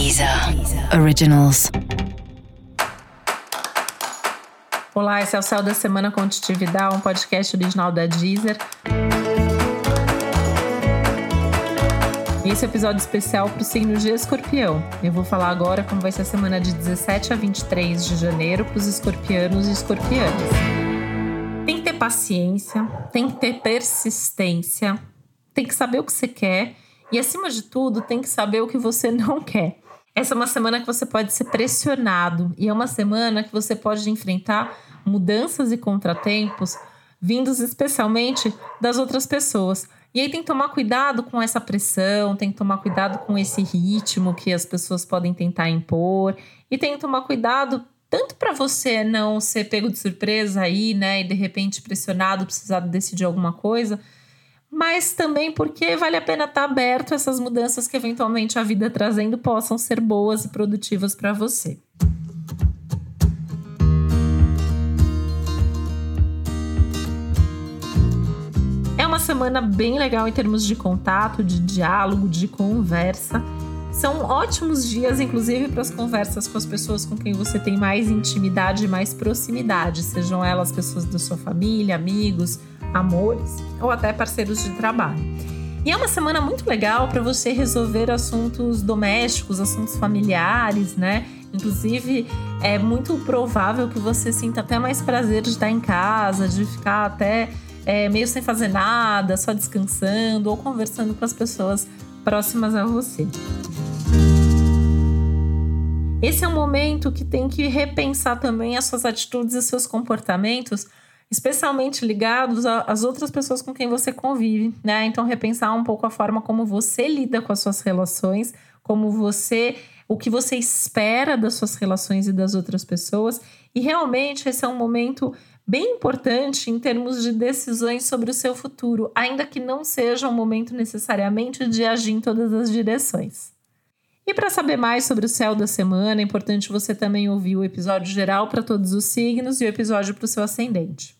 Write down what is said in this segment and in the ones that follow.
Deezer Originals. Olá, esse é o Céu da Semana com Titi Vidal, um podcast original da Deezer. Esse é o episódio especial para o signo de Escorpião. Eu vou falar agora como vai ser a semana de 17 a 23 de janeiro para os escorpianos e escorpianas. Tem que ter paciência, tem que ter persistência, tem que saber o que você quer e, acima de tudo, tem que saber o que você não quer. Essa é uma semana que você pode ser pressionado e é uma semana que você pode enfrentar mudanças e contratempos vindos especialmente das outras pessoas. E aí tem que tomar cuidado com essa pressão, tem que tomar cuidado com esse ritmo que as pessoas podem tentar impor e tem que tomar cuidado tanto para você não ser pego de surpresa aí, né, e de repente pressionado, precisar decidir alguma coisa, mas também porque vale a pena estar aberto a essas mudanças que eventualmente a vida trazendo possam ser boas e produtivas para você. É uma semana bem legal em termos de contato, de diálogo, de conversa. São ótimos dias, inclusive, para as conversas com as pessoas com quem você tem mais intimidade e mais proximidade, sejam elas pessoas da sua família, amigos, amores ou até parceiros de trabalho. E é uma semana muito legal para você resolver assuntos domésticos, assuntos familiares, né? Inclusive, é muito provável que você sinta até mais prazer de estar em casa, de ficar até meio sem fazer nada, só descansando ou conversando com as pessoas próximas a você. Esse é um momento que tem que repensar também as suas atitudes e seus comportamentos, especialmente ligados às outras pessoas com quem você convive, né? Então, repensar um pouco a forma como você lida com as suas relações, o que você espera das suas relações e das outras pessoas. E realmente esse é um momento bem importante em termos de decisões sobre o seu futuro, ainda que não seja um momento necessariamente de agir em todas as direções. E para saber mais sobre o céu da semana, é importante você também ouvir o episódio geral para todos os signos e o episódio para o seu ascendente.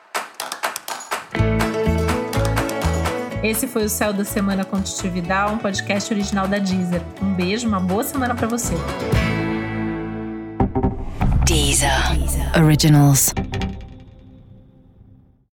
Esse foi o Céu da Semana com Titi Vidal, um podcast original da Deezer. Um beijo, uma boa semana para você. Deezer Originals.